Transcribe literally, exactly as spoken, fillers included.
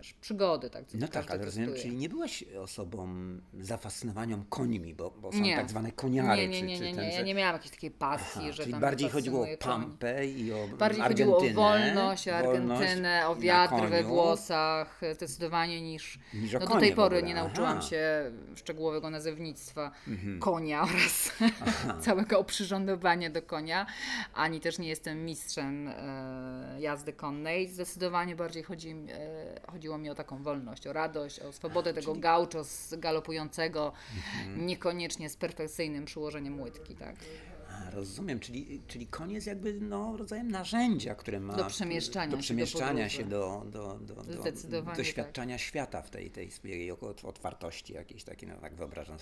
wiesz, przygody, tak? Co No każdy tak, ale rozumiem, testuje. czyli nie byłaś osobą zafascynowaną końmi, bo, bo są Nie. tak zwane koniary, Nie, nie, czy, nie, czy nie, ten, nie. że... Ja nie miałam jakiejś takiej pasji, Aha, że czyli tam bardziej chodziło o fascynuje koń. Pampę i o Bardziej Argentynę. chodziło o wolność, o wolność Argentynę, o na wiatr we koniu, włosach, zdecydowanie niż... niż o No do konie tej w pory ogóle. nie Aha. nauczyłam się szczegółowego nazewnictwa Mhm. konia oraz całego oprzyrządowania do konia, ani też nie jestem mistrzem e, jazdy konnej. Zdecydowanie bardziej chodzi, e, chodziło mi o taką wolność, o radość, o swobodę tego czyli- gaucho z galopującego, niekoniecznie z perfekcyjnym przyłożeniem łydki, tak? A, rozumiem, czyli, czyli koń jest jakby no, rodzajem narzędzia, które ma Do przemieszczania do się, do przemieszczania się, podróży. do, do, do, do Zdecydowanie doświadczania świata w tej, tej swojej otwartości jakiejś takiej, no tak wyobrażam